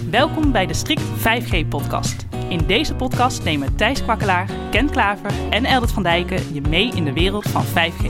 Welkom bij de Strict 5G-podcast. In deze podcast nemen Thijs Kwakkelaar, Ken Klaver en Eldert van Dijken je mee in de wereld van 5G.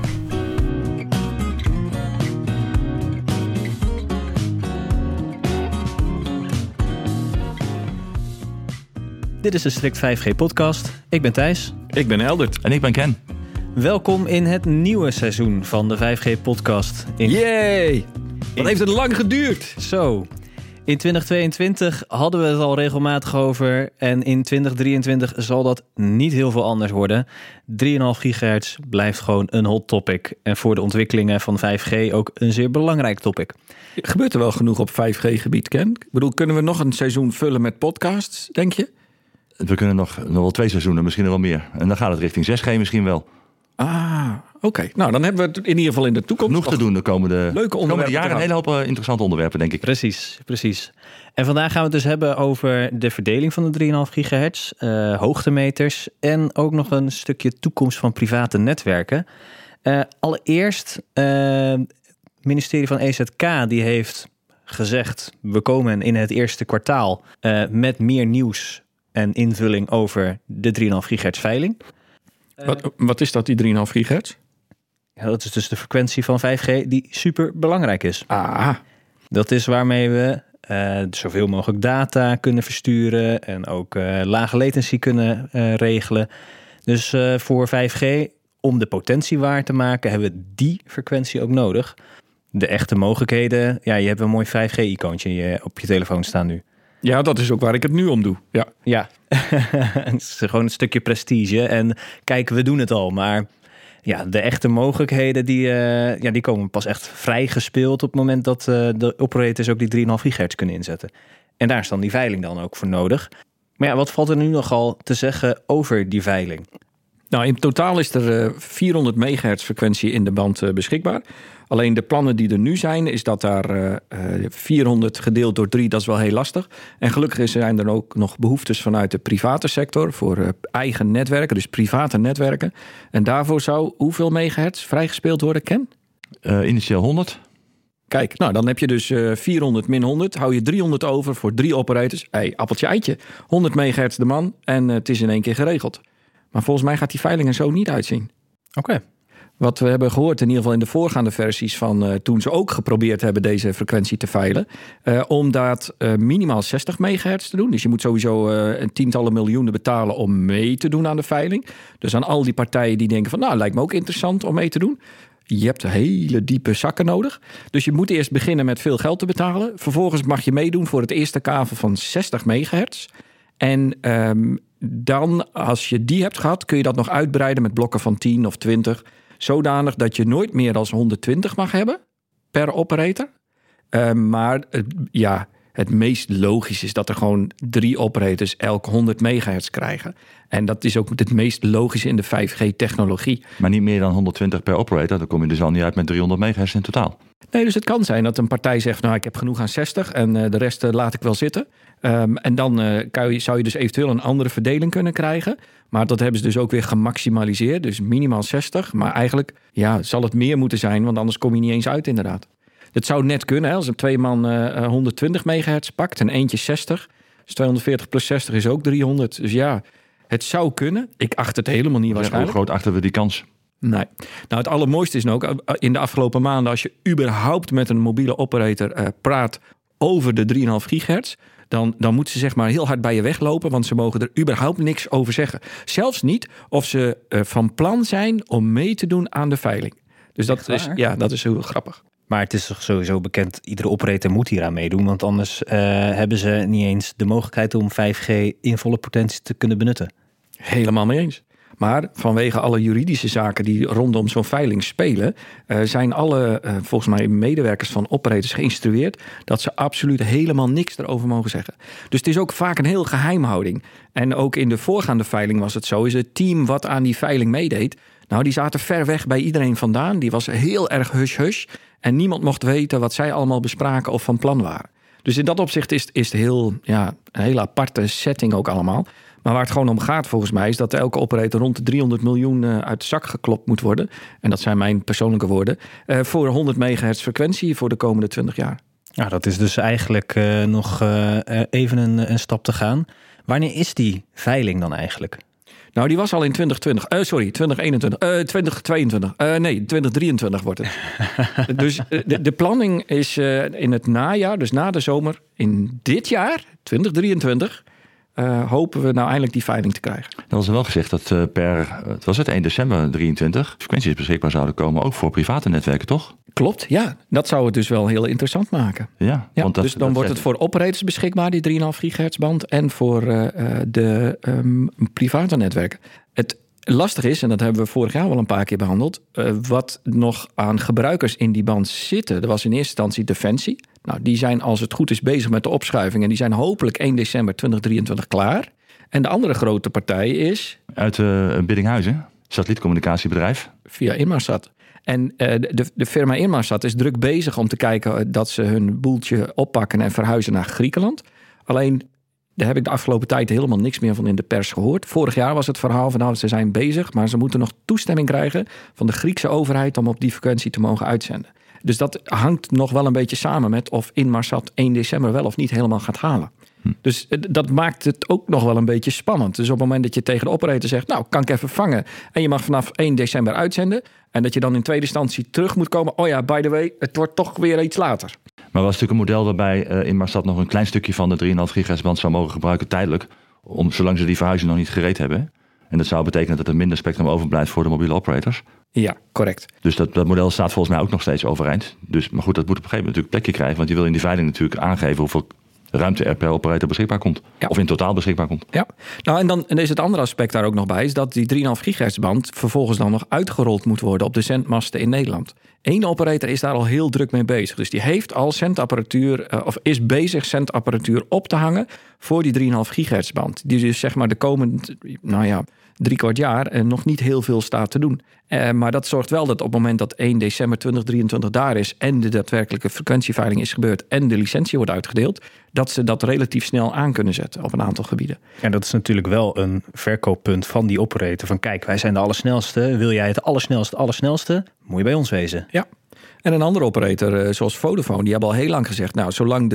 Dit is de Strict 5G-podcast. Ik ben Thijs. Ik ben Eldert. En ik ben Ken. Welkom in het nieuwe seizoen van de 5G-podcast. Yay! Wat heeft het lang geduurd? Zo. In 2022 hadden we het al regelmatig over. En in 2023 zal dat niet heel veel anders worden. 3,5 gigahertz blijft gewoon een hot topic. En voor de ontwikkelingen van 5G ook een zeer belangrijk topic. Gebeurt er wel genoeg op 5G-gebied, Ken? Ik bedoel, kunnen we nog een seizoen vullen met podcasts, denk je? We kunnen nog wel 2 seizoenen, misschien nog wel meer. En dan gaat het richting 6G misschien wel. Ah, oké. Nou, dan hebben we het in ieder geval in de toekomst genoeg te doen de komende jaren. Een hele hoop interessante onderwerpen, denk ik. Precies. En vandaag gaan we het dus hebben over de verdeling van de 3,5 gigahertz, hoogtemeters en ook nog een stukje toekomst van private netwerken. Allereerst, het ministerie van EZK die heeft gezegd, we komen in het eerste kwartaal met meer nieuws en invulling over de 3,5 gigahertz veiling. Wat is dat, die 3,5 gigahertz? Ja, dat is dus de frequentie van 5G die super belangrijk is. Ah. Dat is waarmee we zoveel mogelijk data kunnen versturen en ook lage latency kunnen regelen. Dus voor 5G, om de potentie waar te maken, hebben we die frequentie ook nodig. De echte mogelijkheden, ja, je hebt een mooi 5G-icoontje op je telefoon staan nu. Ja, dat is ook waar ik het nu om doe. Ja. Het is gewoon een stukje prestige. En kijk, we doen het al. Maar ja, de echte mogelijkheden die komen pas echt vrijgespeeld op het moment dat de operators ook die 3,5 gigahertz kunnen inzetten. En daar is dan die veiling dan ook voor nodig. Maar ja, wat valt er nu nogal te zeggen over die veiling? Nou, in totaal is er 400 megahertz frequentie in de band beschikbaar. Alleen de plannen die er nu zijn, is dat daar 400 gedeeld door 3, dat is wel heel lastig. En gelukkig zijn er ook nog behoeftes vanuit de private sector voor eigen netwerken, dus private netwerken. En daarvoor zou hoeveel megahertz vrijgespeeld worden, Ken? Initieel 100. Kijk, nou dan heb je dus 400 min 100, hou je 300 over voor 3 operators. Appeltje eitje, 100 megahertz de man en het is in één keer geregeld. Maar volgens mij gaat die veiling er zo niet uitzien. Oké. Wat we hebben gehoord, in ieder geval in de voorgaande versies van toen ze ook geprobeerd hebben deze frequentie te veilen, om dat minimaal 60 megahertz te doen. Dus je moet sowieso tientallen miljoenen betalen om mee te doen aan de veiling. Dus aan al die partijen die denken van, nou, lijkt me ook interessant om mee te doen. Je hebt hele diepe zakken nodig. Dus je moet eerst beginnen met veel geld te betalen. Vervolgens mag je meedoen voor het eerste kavel van 60 megahertz. En dan, als je die hebt gehad, kun je dat nog uitbreiden met blokken van 10 of 20. Zodanig dat je nooit meer dan 120 mag hebben per operator. Maar het meest logisch is dat er gewoon 3 operators elk 100 megahertz krijgen. En dat is ook het meest logische in de 5G-technologie. Maar niet meer dan 120 per operator. Dan kom je dus al niet uit met 300 megahertz in totaal. Nee, dus het kan zijn dat een partij zegt, nou, ik heb genoeg aan 60 en de rest laat ik wel zitten. En dan zou je dus eventueel een andere verdeling kunnen krijgen. Maar dat hebben ze dus ook weer gemaximaliseerd. Dus minimaal 60. Maar eigenlijk zal het meer moeten zijn, want anders kom je niet eens uit inderdaad. Het zou net kunnen, hè, als een 2 man 120 megahertz pakt en eentje 60. Dus 240 plus 60 is ook 300. Dus ja, het zou kunnen. Ik acht het helemaal niet waarschijnlijk. Hoe groot achten we die kans? Nee. Nou, het allermooiste is nou ook in de afgelopen maanden, als je überhaupt met een mobiele operator praat over de 3,5 gigahertz, dan moeten ze zeg maar heel hard bij je weglopen, want ze mogen er überhaupt niks over zeggen. Zelfs niet of ze van plan zijn om mee te doen aan de veiling. Dus dat is heel grappig. Maar het is toch sowieso bekend, iedere operator moet hier aan meedoen, want anders hebben ze niet eens de mogelijkheid om 5G in volle potentie te kunnen benutten. Helemaal mee eens. Maar vanwege alle juridische zaken die rondom zo'n veiling spelen, zijn alle, volgens mij, medewerkers van operators geïnstrueerd dat ze absoluut helemaal niks erover mogen zeggen. Dus het is ook vaak een heel geheimhouding. En ook in de voorgaande veiling was het zo, is het team wat aan die veiling meedeed, nou, die zaten ver weg bij iedereen vandaan. Die was heel erg hush-hush. En niemand mocht weten wat zij allemaal bespraken of van plan waren. Dus in dat opzicht is het een hele aparte setting ook allemaal. Maar waar het gewoon om gaat volgens mij is dat elke operator rond de 300 miljoen uit de zak geklopt moet worden. En dat zijn mijn persoonlijke woorden. Voor 100 megahertz frequentie voor de komende 20 jaar. Nou, dat is dus eigenlijk nog even een stap te gaan. Wanneer is die veiling dan eigenlijk? Nou, die was al in 2023 wordt het. Dus de planning is in het najaar, dus na de zomer, in dit jaar, 2023... hopen we nou eindelijk die veiling te krijgen. Dat was er wel gezegd dat het was 1 december 23 frequenties beschikbaar zouden komen, ook voor private netwerken, toch? Klopt, ja. Dat zou het dus wel heel interessant maken. Ja, want dus dan wordt het voor operators beschikbaar, die 3,5 gigahertz band, en voor de private netwerken. Het lastig is, en dat hebben we vorig jaar wel een paar keer behandeld, wat nog aan gebruikers in die band zitten. Er was in eerste instantie Defensie. Nou, die zijn als het goed is bezig met de opschuiving en die zijn hopelijk 1 december 2023 klaar. En de andere grote partij is... Uit Biddinghuizen, satellietcommunicatiebedrijf. Via Inmarsat. En de firma Inmarsat is druk bezig om te kijken dat ze hun boeltje oppakken en verhuizen naar Griekenland. Alleen, daar heb ik de afgelopen tijd helemaal niks meer van in de pers gehoord. Vorig jaar was het verhaal van ze zijn bezig, maar ze moeten nog toestemming krijgen van de Griekse overheid om op die frequentie te mogen uitzenden. Dus dat hangt nog wel een beetje samen met of Inmarsat 1 december wel of niet helemaal gaat halen. Dus dat maakt het ook nog wel een beetje spannend. Dus op het moment dat je tegen de operator zegt, nou, kan ik even vangen en je mag vanaf 1 december uitzenden, en dat je dan in tweede instantie terug moet komen, oh ja, by the way, het wordt toch weer iets later. Maar was natuurlijk een model waarbij Inmarsat nog een klein stukje van de 3,5 gigahertz band zou mogen gebruiken tijdelijk, zolang ze die verhuizing nog niet gereed hebben. En dat zou betekenen dat er minder spectrum overblijft voor de mobiele operators. Ja, correct. Dus dat model staat volgens mij ook nog steeds overeind. Dus, maar goed, dat moet op een gegeven moment natuurlijk plekje krijgen, want je wil in die veiling natuurlijk aangeven hoeveel ruimte er per operator beschikbaar komt. Ja. Of in totaal beschikbaar komt. Ja, nou en is het andere aspect daar ook nog bij, is dat die 3,5 gigahertz band vervolgens dan nog uitgerold moet worden op de zendmasten in Nederland. Eén operator is daar al heel druk mee bezig. Dus die heeft al zendapparatuur, of is bezig zendapparatuur op te hangen voor die 3,5 gigahertz band. Die dus zeg maar de komende, 3/4 jaar en nog niet heel veel staat te doen. Maar dat zorgt wel dat op het moment dat 1 december 2023 daar is en de daadwerkelijke frequentieveiling is gebeurd en de licentie wordt uitgedeeld, dat ze dat relatief snel aan kunnen zetten op een aantal gebieden. En dat is natuurlijk wel een verkooppunt van die operator. Van kijk, wij zijn de allersnelste. Wil jij het allersnelste? Moet je bij ons wezen. Ja. En een andere operator zoals Vodafone, die hebben al heel lang gezegd, nou, zolang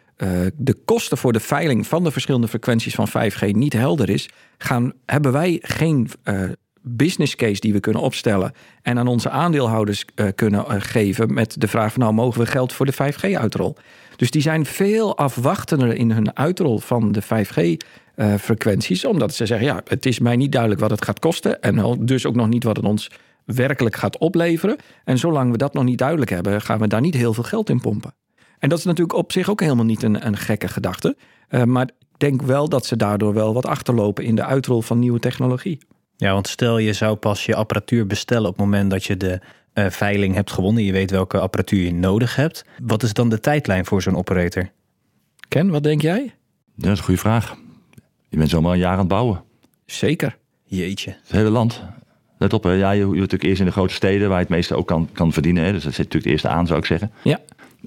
de kosten voor de veiling van de verschillende frequenties van 5G niet helder is, hebben wij geen business case die we kunnen opstellen en aan onze aandeelhouders kunnen geven met de vraag van, nou, mogen we geld voor de 5G-uitrol? Dus die zijn veel afwachtender in hun uitrol van de 5G-frequenties, omdat ze zeggen, ja, het is mij niet duidelijk wat het gaat kosten en dus ook nog niet wat het ons werkelijk gaat opleveren. En zolang we dat nog niet duidelijk hebben, gaan we daar niet heel veel geld in pompen. En dat is natuurlijk op zich ook helemaal niet een gekke gedachte. Maar ik denk wel dat ze daardoor wel wat achterlopen in de uitrol van nieuwe technologie. Ja, want stel je zou pas je apparatuur bestellen op het moment dat je de veiling hebt gewonnen. Je weet welke apparatuur je nodig hebt. Wat is dan de tijdlijn voor zo'n operator? Ken, wat denk jij? Dat is een goede vraag. Je bent zomaar een jaar aan het bouwen. Zeker. Jeetje. Het hele land. Let op, ja, je moet natuurlijk eerst in de grote steden waar je het meeste ook kan verdienen. Hè. Dus dat zit natuurlijk het eerste aan, zou ik zeggen. Ja.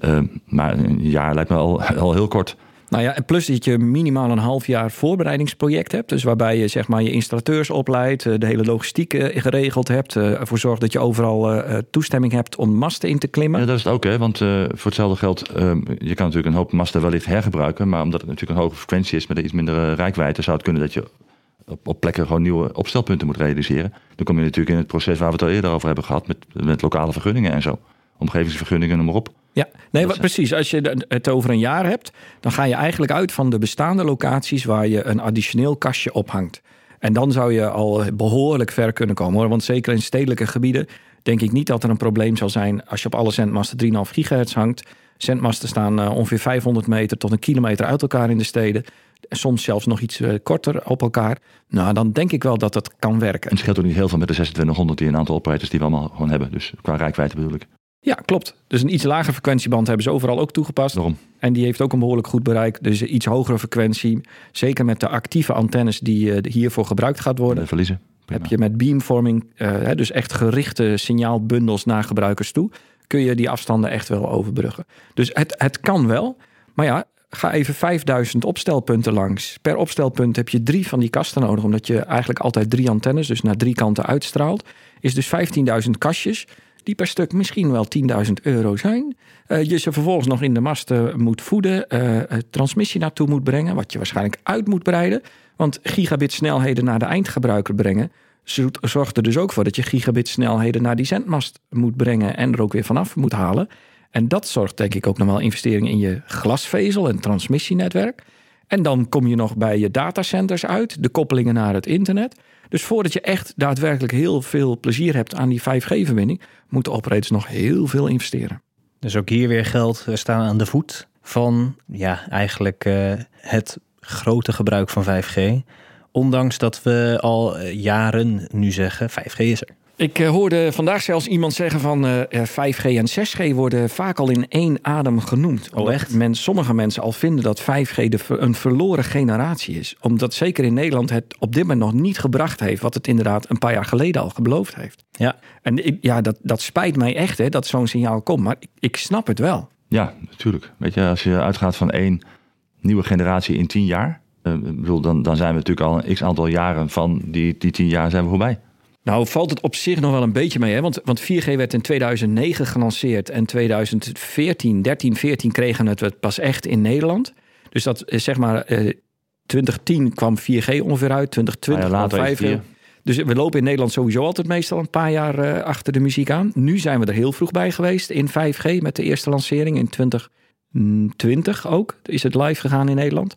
Maar een jaar lijkt me al heel kort. Nou ja, en plus dat je minimaal een half jaar voorbereidingsproject hebt. Dus waarbij je zeg maar je installateurs opleidt, de hele logistiek geregeld hebt, ervoor zorgt dat je overal toestemming hebt om masten in te klimmen. Ja, dat is het ook, hè? Want voor hetzelfde geld, je kan natuurlijk een hoop masten wellicht hergebruiken, maar omdat het natuurlijk een hoge frequentie is met een iets mindere reikwijdte, zou het kunnen dat je op plekken gewoon nieuwe opstelpunten moet realiseren. Dan kom je natuurlijk in het proces waar we het al eerder over hebben gehad met lokale vergunningen en zo. Omgevingsvergunningen, noem maar op. Ja, nee, precies. Als je het over een jaar hebt, dan ga je eigenlijk uit van de bestaande locaties waar je een additioneel kastje ophangt. En dan zou je al behoorlijk ver kunnen komen, hoor. Want zeker in stedelijke gebieden denk ik niet dat er een probleem zal zijn als je op alle zendmasten 3,5 gigahertz hangt. Zendmasten staan ongeveer 500 meter tot 1 kilometer uit elkaar in de steden. Soms zelfs nog iets korter op elkaar. Nou, dan denk ik wel dat dat kan werken. En het scheelt ook niet heel veel met de 2600 die een aantal operators die we allemaal gewoon hebben. Dus qua reikwijdte bedoel ik. Ja, klopt. Dus een iets lagere frequentieband hebben ze overal ook toegepast. Daarom. En die heeft ook een behoorlijk goed bereik. Dus iets hogere frequentie. Zeker met de actieve antennes die hiervoor gebruikt gaat worden. Verliezen. Prima. Heb je met beamforming, dus echt gerichte signaalbundels naar gebruikers toe, kun je die afstanden echt wel overbruggen. Dus het kan wel. Maar ja, ga even 5000 opstelpunten langs. Per opstelpunt heb je 3 van die kasten nodig, omdat je eigenlijk altijd 3 antennes, dus naar 3 kanten uitstraalt. Is dus 15.000 kastjes. die per stuk misschien wel €10.000 zijn. Je ze vervolgens nog in de masten moet voeden, transmissie naartoe moet brengen, wat je waarschijnlijk uit moet breiden. Want gigabit snelheden naar de eindgebruiker brengen zorgt er dus ook voor dat je gigabit snelheden naar die zendmast moet brengen en er ook weer vanaf moet halen. En dat zorgt denk ik ook nog wel investeringen in je glasvezel en transmissienetwerk. En dan kom je nog bij je datacenters uit, de koppelingen naar het internet. Dus voordat je echt daadwerkelijk heel veel plezier hebt aan die 5G-verbinding, moeten operators nog heel veel investeren. Dus ook hier weer geld staan aan de voet van eigenlijk het grote gebruik van 5G. Ondanks dat we al jaren nu zeggen, 5G is er. Ik hoorde vandaag zelfs iemand zeggen van 5G en 6G worden vaak al in één adem genoemd. Oh, echt? Sommige mensen al vinden dat 5G een verloren generatie is. Omdat zeker in Nederland het op dit moment nog niet gebracht heeft wat het inderdaad een paar jaar geleden al beloofd heeft. Ja. En dat spijt mij echt dat zo'n signaal komt, maar ik snap het wel. Ja, natuurlijk. Weet je, als je uitgaat van 1 nieuwe generatie in 10 jaar, dan zijn we natuurlijk al een x-aantal jaren van die 10 jaar zijn we voorbij. Nou valt het op zich nog wel een beetje mee. Hè? Want 4G werd in 2009 gelanceerd. En 2014 kregen het pas echt in Nederland. Dus dat zeg maar 2010 kwam 4G ongeveer uit. 2020 kwam 5G. Dus we lopen in Nederland sowieso altijd meestal een paar jaar achter de muziek aan. Nu zijn we er heel vroeg bij geweest in 5G met de eerste lancering in 2020 ook. Is het live gegaan in Nederland.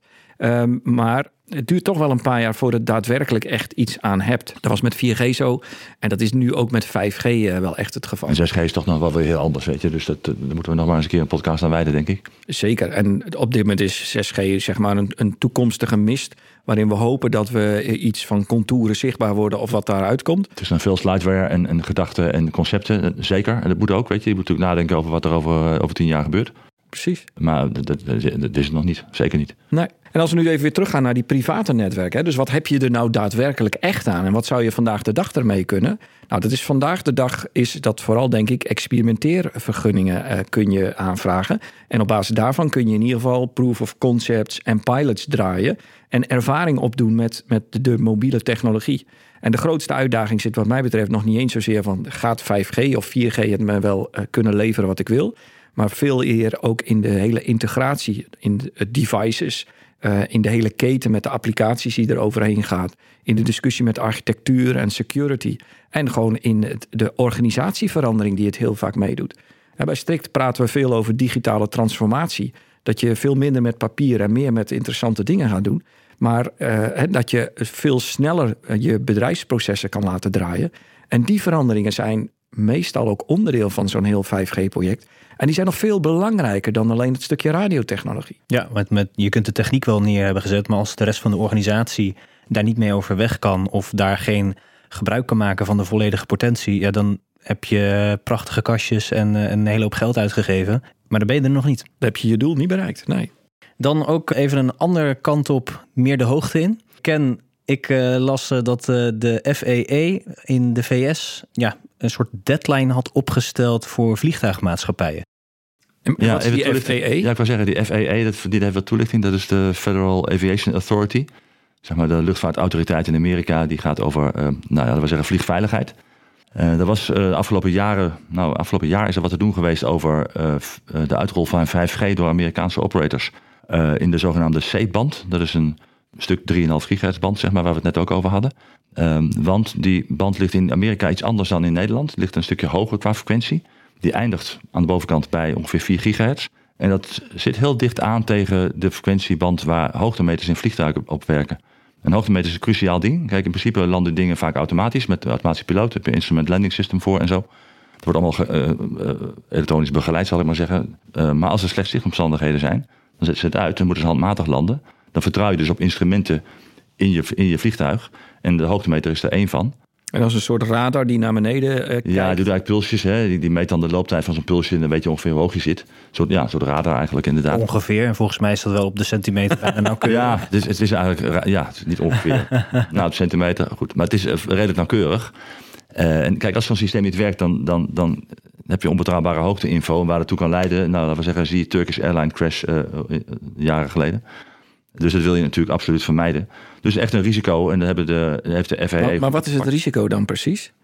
Maar het duurt toch wel een paar jaar voordat het daadwerkelijk echt iets aan hebt. Dat was met 4G zo. En dat is nu ook met 5G wel echt het geval. En 6G is toch nog wel weer heel anders, weet je. Dus daar moeten we nog maar eens een keer een podcast aan wijden, denk ik. Zeker. En op dit moment is 6G zeg maar een toekomstige mist, waarin we hopen dat we iets van contouren zichtbaar worden of wat daaruit komt. Het is dan veel slideware en gedachten en concepten, zeker. En dat moet ook, weet je. Je moet natuurlijk nadenken over wat er over 10 jaar gebeurt. Precies. Maar dat is het nog niet. Zeker niet. Nee. En als we nu even weer teruggaan naar die private netwerken. Dus wat heb je er nou daadwerkelijk echt aan? En wat zou je vandaag de dag ermee kunnen? Nou, dat is vandaag de dag is dat vooral, denk ik, experimenteervergunningen kun je aanvragen. En op basis daarvan kun je in ieder geval proof of concepts en pilots draaien. En ervaring opdoen met de mobiele technologie. En de grootste uitdaging zit wat mij betreft nog niet eens zozeer van gaat 5G of 4G het me wel kunnen leveren wat ik wil. Maar veel eer ook in de hele integratie, in de devices, in de hele keten met de applicaties die er overheen gaat. In de discussie met architectuur en security. En gewoon in de organisatieverandering die het heel vaak meedoet. En bij Strict praten we veel over digitale transformatie. Dat je veel minder met papier en meer met interessante dingen gaat doen. Maar dat je veel sneller je bedrijfsprocessen kan laten draaien. En die veranderingen zijn meestal ook onderdeel van zo'n heel 5G-project. En die zijn nog veel belangrijker dan alleen het stukje radiotechnologie. Ja, je kunt de techniek wel neer hebben gezet, maar als de rest van de organisatie daar niet mee overweg kan of daar geen gebruik kan maken van de volledige potentie, ja, dan heb je prachtige kastjes en een hele hoop geld uitgegeven. Maar dan ben je er nog niet. Dan heb je je doel niet bereikt, nee. Dan ook even een andere kant op, meer de hoogte in. Ik las dat de FAA in de VS een soort deadline had opgesteld voor vliegtuigmaatschappijen. Ja, wat is die FAA? Ja, ik wou zeggen, die FAA, die heeft wat toelichting. Dat is de Federal Aviation Authority. Zeg maar de luchtvaartautoriteit in Amerika. Die gaat over, laten we zeggen, vliegveiligheid. Er was afgelopen jaar is er wat te doen geweest over de uitrol van 5G door Amerikaanse operators. In de zogenaamde C-band. Dat is een stuk 3,5 gigahertz band, zeg maar, waar we het net ook over hadden. Want die band ligt in Amerika iets anders dan in Nederland. Het ligt een stukje hoger qua frequentie. Die eindigt aan de bovenkant bij ongeveer 4 gigahertz. En dat zit heel dicht aan tegen de frequentieband waar hoogtemeters in vliegtuigen op werken. Een hoogtemeter is een cruciaal ding. Kijk, in principe landen dingen vaak automatisch met de automatische piloot. Daar heb je instrument landing system voor en zo. Het wordt allemaal elektronisch begeleid, zal ik maar zeggen. Maar als er slecht zichtomstandigheden zijn, dan zetten ze het uit en moeten ze handmatig landen. Dan vertrouw je dus op instrumenten in je vliegtuig. En de hoogtemeter is er één van. En dat is een soort radar die naar beneden kijkt. Ja, die doet eigenlijk pulsjes. Hè. Die meet dan de looptijd van zo'n pulsje en dan weet je ongeveer hoe hoog je zit. Een soort radar eigenlijk inderdaad. Ongeveer. En volgens mij is dat wel op de centimeter. Nauwkeurig. Ja, dus het is eigenlijk het is niet ongeveer. Nou, op centimeter, goed. Maar het is redelijk nauwkeurig. En kijk, als zo'n systeem niet werkt, dan heb je onbetrouwbare hoogteinfo. En waar dat toe kan leiden, laten we zeggen, zie je Turkish Airline crash jaren geleden. Dus dat wil je natuurlijk absoluut vermijden. Dus echt een risico. En dan heeft de FAA... Maar wat is het risico dan precies?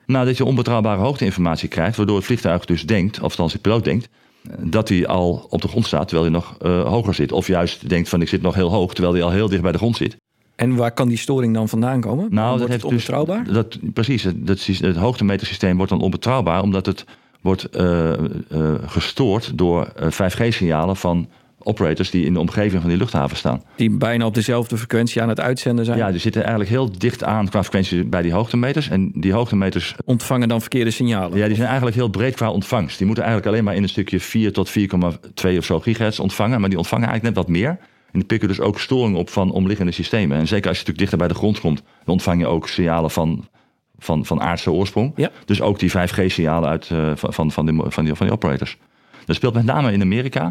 Nou, dat je onbetrouwbare hoogteinformatie krijgt, waardoor het vliegtuig dus denkt, of althans de piloot denkt, dat hij al op de grond staat terwijl hij nog hoger zit. Of juist denkt van ik zit nog heel hoog terwijl hij al heel dicht bij de grond zit. En waar kan die storing dan vandaan komen? Nou, wordt het onbetrouwbaar? Precies, het hoogtemetersysteem wordt dan onbetrouwbaar omdat het wordt gestoord door 5G-signalen van operators die in de omgeving van die luchthaven staan. Die bijna op dezelfde frequentie aan het uitzenden zijn? Ja, die zitten eigenlijk heel dicht aan qua frequentie bij die hoogtemeters. En die hoogtemeters ontvangen dan verkeerde signalen? Ja, die zijn eigenlijk heel breed qua ontvangst. Die moeten eigenlijk alleen maar in een stukje 4 tot 4,2 of zo gigahertz ontvangen. Maar die ontvangen eigenlijk net wat meer. En die pikken dus ook storingen op van omliggende systemen. En zeker als je natuurlijk dichter bij de grond komt, dan ontvang je ook signalen van aardse oorsprong. Ja. Dus ook die 5G-signalen uit van die operators. Dat speelt met name in Amerika.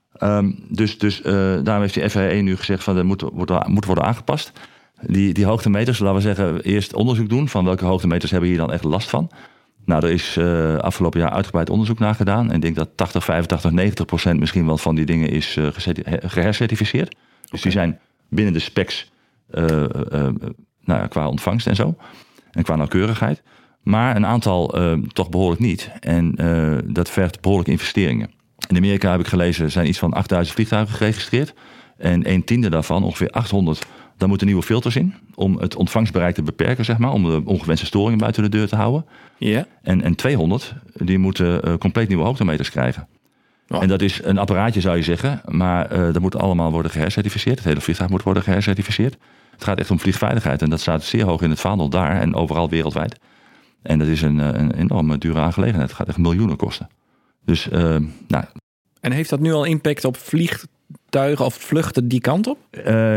Daarom heeft de FAA nu gezegd van dat moet worden aangepast. Die hoogtemeters, laten we zeggen, eerst onderzoek doen van welke hoogtemeters hebben hier dan echt last van. Nou, er is afgelopen jaar uitgebreid onderzoek naar gedaan. En ik denk dat 80, 85, 90% misschien wel van die dingen is gehercertificeerd. Dus die zijn binnen de specs qua ontvangst en zo. En qua nauwkeurigheid. Maar een aantal toch behoorlijk niet. En dat vergt behoorlijke investeringen. In Amerika heb ik gelezen, zijn iets van 8000 vliegtuigen geregistreerd. En 1/10 daarvan, ongeveer 800, daar moeten nieuwe filters in. Om het ontvangstbereik te beperken, zeg maar. Om de ongewenste storingen buiten de deur te houden. Yeah. En 200, die moeten compleet nieuwe hoogtemeters krijgen. Oh. En dat is een apparaatje, zou je zeggen. Maar dat moet allemaal worden gehercertificeerd. Het hele vliegtuig moet worden gehercertificeerd. Het gaat echt om vliegveiligheid. En dat staat zeer hoog in het vaandel daar en overal wereldwijd. En dat is een enorm dure aangelegenheid. Het gaat echt miljoenen kosten. Dus, En heeft dat nu al impact op vliegtuigen of vluchten die kant op?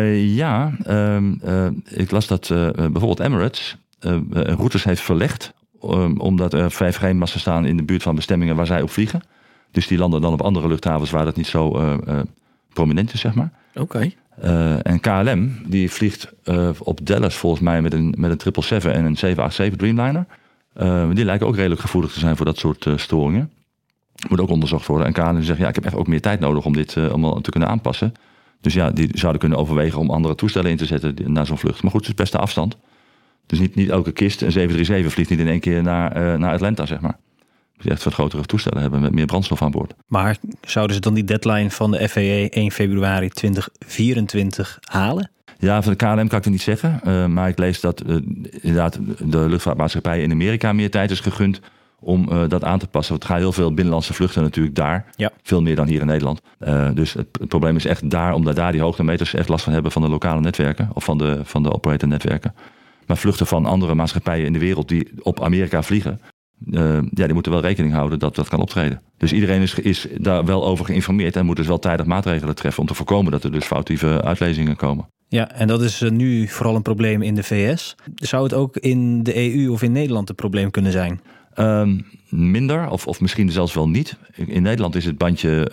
Ik las dat bijvoorbeeld Emirates routes heeft verlegd. Omdat er 5G-masten staan in de buurt van bestemmingen waar zij op vliegen. Dus die landen dan op andere luchthavens waar dat niet zo prominent is, zeg maar. Oké. En KLM, die vliegt op Dallas volgens mij met een 777 en een 787 Dreamliner. Die lijken ook redelijk gevoelig te zijn voor dat soort storingen. Moet ook onderzocht worden. En KLM zegt, ik heb echt ook meer tijd nodig om dit allemaal te kunnen aanpassen. Dus ja, die zouden kunnen overwegen om andere toestellen in te zetten naar zo'n vlucht. Maar goed, het is best de afstand. Dus niet elke kist, een 737 vliegt niet in één keer naar Atlanta, zeg maar. Dus echt wat grotere toestellen hebben met meer brandstof aan boord. Maar zouden ze dan die deadline van de FAA 1 februari 2024 halen? Ja, van de KLM kan ik het niet zeggen. Maar ik lees dat inderdaad de luchtvaartmaatschappijen in Amerika meer tijd is gegund om dat aan te passen. Want er gaan heel veel binnenlandse vluchten natuurlijk daar. Ja. Veel meer dan hier in Nederland. Dus het probleem is echt daar, omdat daar die hoogtemeters echt last van hebben van de lokale netwerken. Of van de operatornetwerken. Maar vluchten van andere maatschappijen in de wereld die op Amerika vliegen, die moeten wel rekening houden dat dat kan optreden. Dus iedereen is daar wel over geïnformeerd en moet dus wel tijdig maatregelen treffen om te voorkomen dat er dus foutieve uitlezingen komen. Ja, en dat is nu vooral een probleem in de VS. Zou het ook in de EU of in Nederland een probleem kunnen zijn? Minder, of misschien zelfs wel niet. In Nederland is het bandje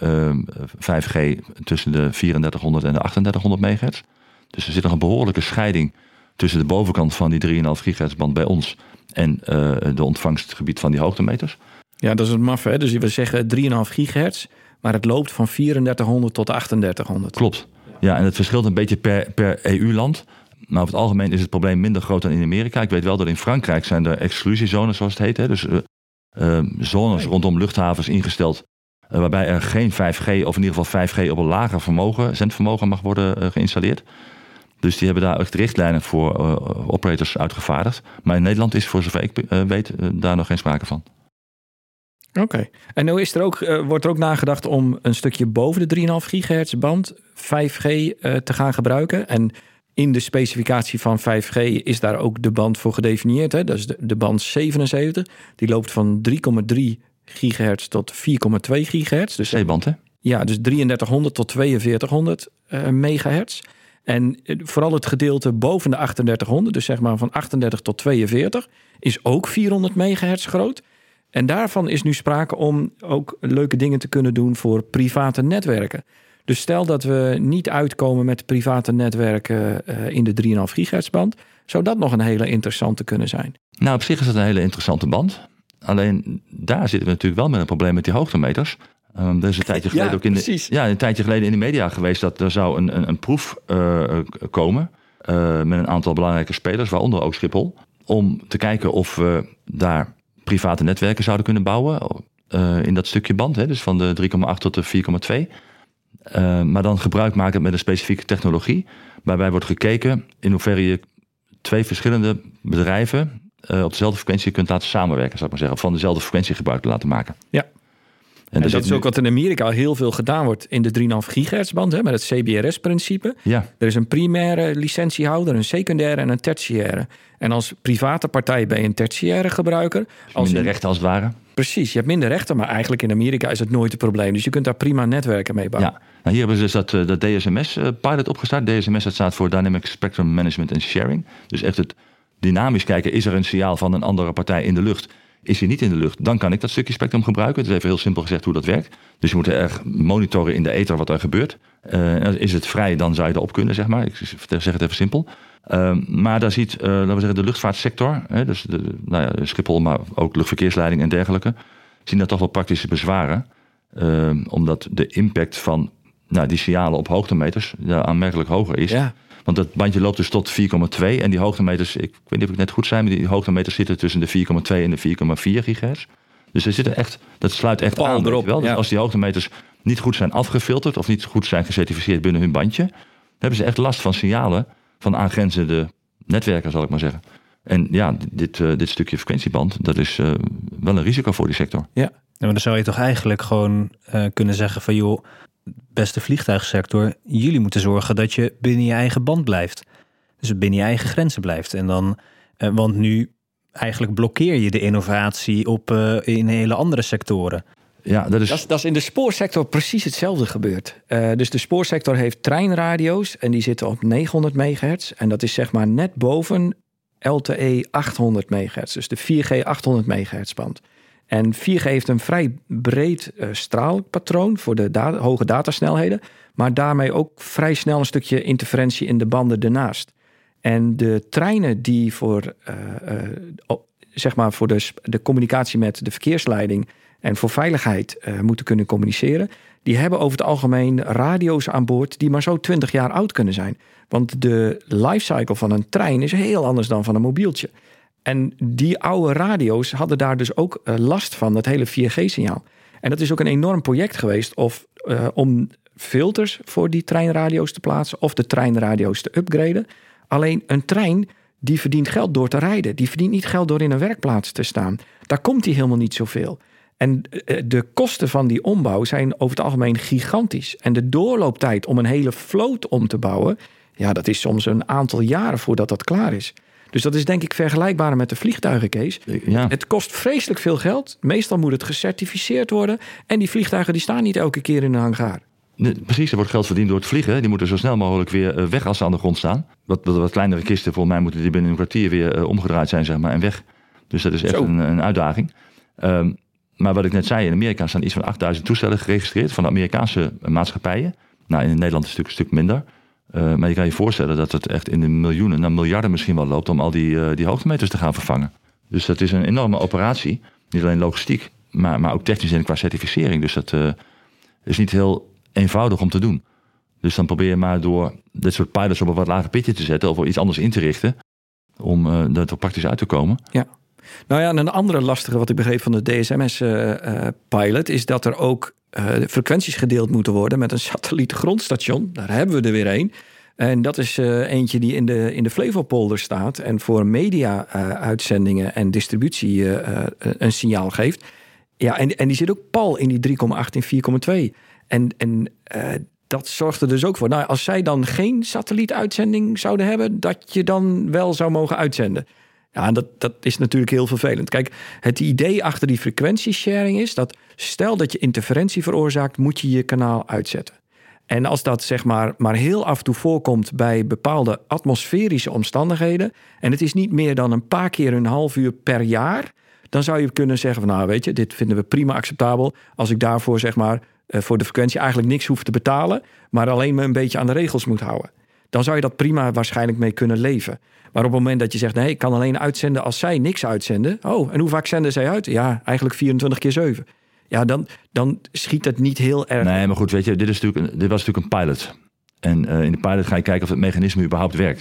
5G tussen de 3400 en de 3800 megahertz. Dus er zit nog een behoorlijke scheiding tussen de bovenkant van die 3,5 gigahertz band bij ons en de ontvangstgebied van die hoogtemeters. Ja, dat is het maf, hè? Dus we zeggen 3,5 gigahertz, maar het loopt van 3400 tot 3800. Klopt. Ja, en het verschilt een beetje per EU-land. Maar over het algemeen is het probleem minder groot dan in Amerika. Ik weet wel dat in Frankrijk zijn er exclusiezones, zoals het heet. Hè? Dus zones rondom luchthavens ingesteld waarbij er geen 5G of in ieder geval 5G op een lager zendvermogen mag worden geïnstalleerd. Dus die hebben daar echt richtlijnen voor operators uitgevaardigd. Maar in Nederland is voor zover ik weet daar nog geen sprake van. Oké. En nu is wordt er ook nagedacht om een stukje boven de 3,5 gigahertz band 5G te gaan gebruiken. En in de specificatie van 5G is daar ook de band voor gedefinieerd. Hè? Dat is de band 77. Die loopt van 3,3 gigahertz tot 4,2 gigahertz. Dus C-band, hè? Ja, dus 3300 tot 4200 megahertz. En vooral het gedeelte boven de 3800, dus zeg maar van 38 tot 42, is ook 400 megahertz groot. En daarvan is nu sprake om ook leuke dingen te kunnen doen voor private netwerken. Dus stel dat we niet uitkomen met private netwerken in de 3,5 gigahertz band, zou dat nog een hele interessante kunnen zijn. Nou, op zich is dat een hele interessante band. Alleen daar zitten we natuurlijk wel met een probleem met die hoogtemeters. Er is een tijdje geleden een tijdje geleden in de media geweest dat er zou een proef komen met een aantal belangrijke spelers, waaronder ook Schiphol, om te kijken of we daar private netwerken zouden kunnen bouwen in dat stukje band. Hè, dus van de 3,8 tot de 4,2. Maar dan gebruik maken met een specifieke technologie. Waarbij wordt gekeken in hoeverre je 2 verschillende bedrijven op dezelfde frequentie kunt laten samenwerken, zou ik maar zeggen. Of van dezelfde frequentie gebruik te laten maken. Ja. En dat is ook wat in Amerika heel veel gedaan wordt in de 3,5 gigahertz band, hè, met het CBRS-principe. Ja. Er is een primaire licentiehouder, een secundaire en een tertiaire. En als private partij ben je een tertiaire gebruiker. Minder rechten als het ware. Precies, je hebt minder rechten, maar eigenlijk in Amerika is het nooit een probleem. Dus je kunt daar prima netwerken mee bouwen. Ja, nou, hier hebben ze dus dat DSMS-pilot opgestart. DSMS, dat staat voor Dynamic Spectrum Management and Sharing. Dus echt het dynamisch kijken, is er een signaal van een andere partij in de lucht? Is hij niet in de lucht, dan kan ik dat stukje spectrum gebruiken. Het is even heel simpel gezegd hoe dat werkt. Dus je moet erg monitoren in de ether wat er gebeurt. Is het vrij, dan zou je erop kunnen, zeg maar. Ik zeg het even simpel. Maar daar ziet, laten we zeggen, de luchtvaartsector, dus Schiphol, maar ook luchtverkeersleiding en dergelijke, zien daar toch wel praktische bezwaren. Omdat de impact van die signalen op hoogtemeters aanmerkelijk hoger is. Ja. Want dat bandje loopt dus tot 4,2 en die hoogtemeters, ik weet niet of ik net goed zei, maar die hoogtemeters zitten tussen de 4,2 en de 4,4 gigahertz. Dus er zitten echt, dat sluit echt aan. Erop, wel. Dus als die hoogtemeters niet goed zijn afgefilterd of niet goed zijn gecertificeerd binnen hun bandje, hebben ze echt last van signalen van aangrenzende netwerken, zal ik maar zeggen. En ja, dit stukje frequentieband, dat is wel een risico voor die sector. Ja, maar dan zou je toch eigenlijk gewoon kunnen zeggen van joh, beste vliegtuigsector, jullie moeten zorgen dat je binnen je eigen band blijft. Dus binnen je eigen grenzen blijft. En dan, want nu eigenlijk blokkeer je de innovatie in hele andere sectoren. Ja, dat is in de spoorsector precies hetzelfde gebeurd. Dus de spoorsector heeft treinradio's en die zitten op 900 megahertz. En dat is zeg maar net boven LTE 800 megahertz. Dus de 4G 800 megahertz band. En 4G heeft een vrij breed straalpatroon voor de hoge datasnelheden. Maar daarmee ook vrij snel een stukje interferentie in de banden ernaast. En de treinen die voor de communicatie met de verkeersleiding en voor veiligheid moeten kunnen communiceren, die hebben over het algemeen radio's aan boord die maar zo 20 jaar oud kunnen zijn. Want de lifecycle van een trein is heel anders dan van een mobieltje. En die oude radio's hadden daar dus ook last van, dat hele 4G-signaal. En dat is ook een enorm project geweest om filters voor die treinradio's te plaatsen of de treinradio's te upgraden. Alleen een trein die verdient geld door te rijden. Die verdient niet geld door in een werkplaats te staan. Daar komt hij helemaal niet zoveel. En de kosten van die ombouw zijn over het algemeen gigantisch. En de doorlooptijd om een hele vloot om te bouwen, ja, dat is soms een aantal jaren voordat dat klaar is. Dus dat is denk ik vergelijkbaar met de vliegtuigen, Kees. Ja. Het kost vreselijk veel geld. Meestal moet het gecertificeerd worden. En die vliegtuigen die staan niet elke keer in een hangar. Precies, er wordt geld verdiend door het vliegen. Die moeten zo snel mogelijk weer weg als ze aan de grond staan. Wat kleinere kisten, volgens mij moeten die binnen een kwartier weer omgedraaid zijn, zeg maar, en weg. Dus dat is echt een uitdaging. Maar wat ik net zei, in Amerika staan iets van 8000 toestellen geregistreerd van de Amerikaanse maatschappijen. Nou, in Nederland is het een stuk minder. Maar je kan je voorstellen dat het echt in de miljoenen, naar miljarden misschien wel loopt om al die hoogtemeters te gaan vervangen. Dus dat is een enorme operatie. Niet alleen logistiek, maar ook technisch en qua certificering. Dus dat is niet heel eenvoudig om te doen. Dus dan probeer je maar door dit soort pilots op een wat lager pitje te zetten of iets anders in te richten om er toch praktisch uit te komen. Ja. Nou ja, en een andere lastige wat ik begreep van de DSMS-pilot is dat er ook frequenties gedeeld moeten worden met een satellietgrondstation. Daar hebben we er weer een. En dat is eentje die in de Flevopolder staat en voor media-uitzendingen en distributie een signaal geeft. Ja, en die zit ook pal in die 3,8 en 4,2. En dat zorgt er dus ook voor. Nou, als zij dan geen satellietuitzending zouden hebben, dat je dan wel zou mogen uitzenden. Ja, dat is natuurlijk heel vervelend. Kijk, het idee achter die frequentiesharing is dat stel dat je interferentie veroorzaakt, moet je je kanaal uitzetten. En als dat zeg maar heel af en toe voorkomt bij bepaalde atmosferische omstandigheden, en het is niet meer dan een paar keer een half uur per jaar, dan zou je kunnen zeggen van nou weet je, dit vinden we prima acceptabel als ik daarvoor zeg maar voor de frequentie eigenlijk niks hoef te betalen, maar alleen me een beetje aan de regels moet houden. Dan zou je dat prima waarschijnlijk mee kunnen leven. Maar op het moment dat je zegt, nee, ik kan alleen uitzenden als zij niks uitzenden. Oh, en hoe vaak zenden zij uit? Ja, eigenlijk 24 keer 7. Ja, dan schiet het niet heel erg. Nee, maar goed, weet je, dit was natuurlijk een pilot. En in de pilot ga je kijken of het mechanisme überhaupt werkt.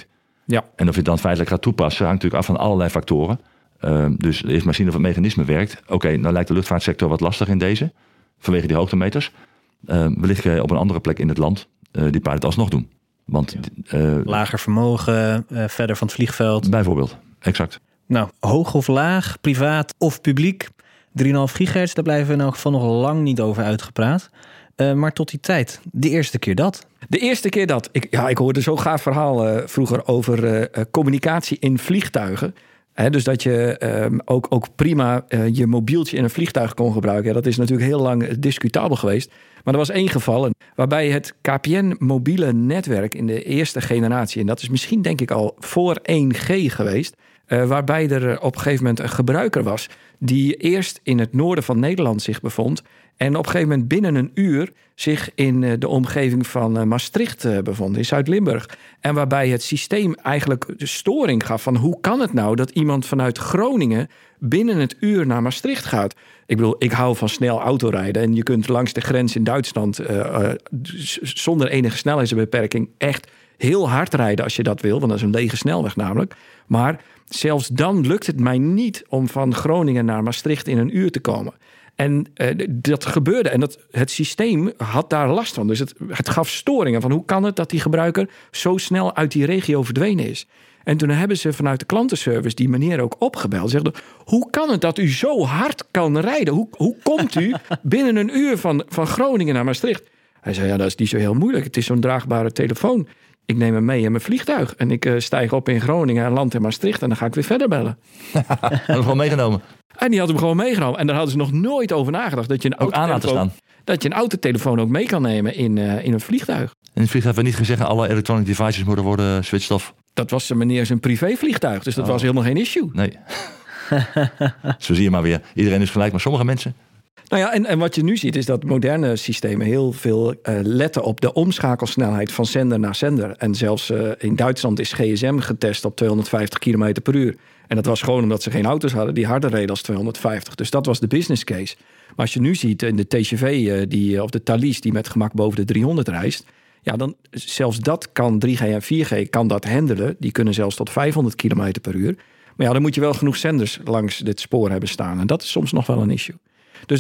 Ja. En of je het dan feitelijk gaat toepassen, hangt natuurlijk af van allerlei factoren. Dus eerst maar zien of het mechanisme werkt. Oké, nou lijkt de luchtvaartsector wat lastig in deze, vanwege die hoogtemeters. Wellicht op een andere plek in het land die pilot alsnog doen. Want, lager vermogen, verder van het vliegveld. Bijvoorbeeld, exact. Nou, hoog of laag, privaat of publiek, 3,5 gigahertz, daar blijven we in elk geval nog lang niet over uitgepraat. Maar tot die tijd, de eerste keer dat. De eerste keer dat. Ik hoorde zo'n gaaf verhaal vroeger over communicatie in vliegtuigen. Dus dat je ook prima je mobieltje in een vliegtuig kon gebruiken. Dat is natuurlijk heel lang discutabel geweest. Maar er was 1 geval waarbij het KPN mobiele netwerk in de eerste generatie, en dat is misschien denk ik al voor 1G geweest, waarbij er op een gegeven moment een gebruiker was die eerst in het noorden van Nederland zich bevond en op een gegeven moment binnen een uur zich in de omgeving van Maastricht bevond, in Zuid-Limburg. En waarbij het systeem eigenlijk de storing gaf van hoe kan het nou dat iemand vanuit Groningen binnen het uur naar Maastricht gaat. Ik bedoel, ik hou van snel autorijden en je kunt langs de grens in Duitsland zonder enige snelheidsbeperking echt heel hard rijden als je dat wil, want dat is een lege snelweg namelijk. Maar zelfs dan lukt het mij niet om van Groningen naar Maastricht in een uur te komen. En dat gebeurde en het systeem had daar last van. Dus het gaf storingen van hoe kan het dat die gebruiker zo snel uit die regio verdwenen is. En toen hebben ze vanuit de klantenservice die meneer ook opgebeld. Zegden, hoe kan het dat u zo hard kan rijden? Hoe komt u binnen een uur van Groningen naar Maastricht? Hij zei, ja, dat is niet zo heel moeilijk. Het is zo'n draagbare telefoon. Ik neem hem mee in mijn vliegtuig. En ik stijg op in Groningen en land in Maastricht. En dan ga ik weer verder bellen. Had hem gewoon meegenomen. En die had hem gewoon meegenomen. En daar hadden ze nog nooit over nagedacht. Dat je een ook aan laten staan. Dat je een autotelefoon ook mee kan nemen in een vliegtuig. En het vliegtuig werd niet gezegd alle electronic devices moeten worden switched off. Dat was meneer zijn privévliegtuig. Dus dat was helemaal geen issue. Nee. Zo zie je maar weer. Iedereen is gelijk, maar sommige mensen. Nou ja, en wat je nu ziet is dat moderne systemen heel veel letten op de omschakelsnelheid van zender naar zender. En zelfs in Duitsland is GSM getest op 250 km per uur. En dat was gewoon omdat ze geen auto's hadden die harder reden als 250. Dus dat was de business case. Maar als je nu ziet in de TGV of de Thalys die met gemak boven de 300 reist, ja, dan zelfs dat kan 3G en 4G kan dat handelen. Die kunnen zelfs tot 500 km per uur. Maar ja, dan moet je wel genoeg zenders langs dit spoor hebben staan. En dat is soms nog wel een issue. Dus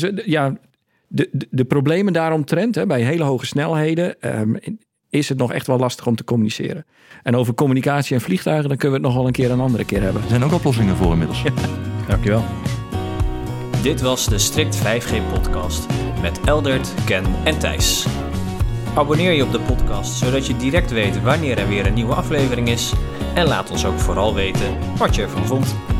de problemen daaromtrent, bij hele hoge snelheden, is het nog echt wel lastig om te communiceren. En over communicatie en vliegtuigen, dan kunnen we het nog wel een andere keer hebben. Er zijn ook oplossingen voor inmiddels. Ja. Dankjewel. Dit was de Strict 5G podcast met Eldert, Ken en Thijs. Abonneer je op de podcast, zodat je direct weet wanneer er weer een nieuwe aflevering is. En laat ons ook vooral weten wat je ervan vond.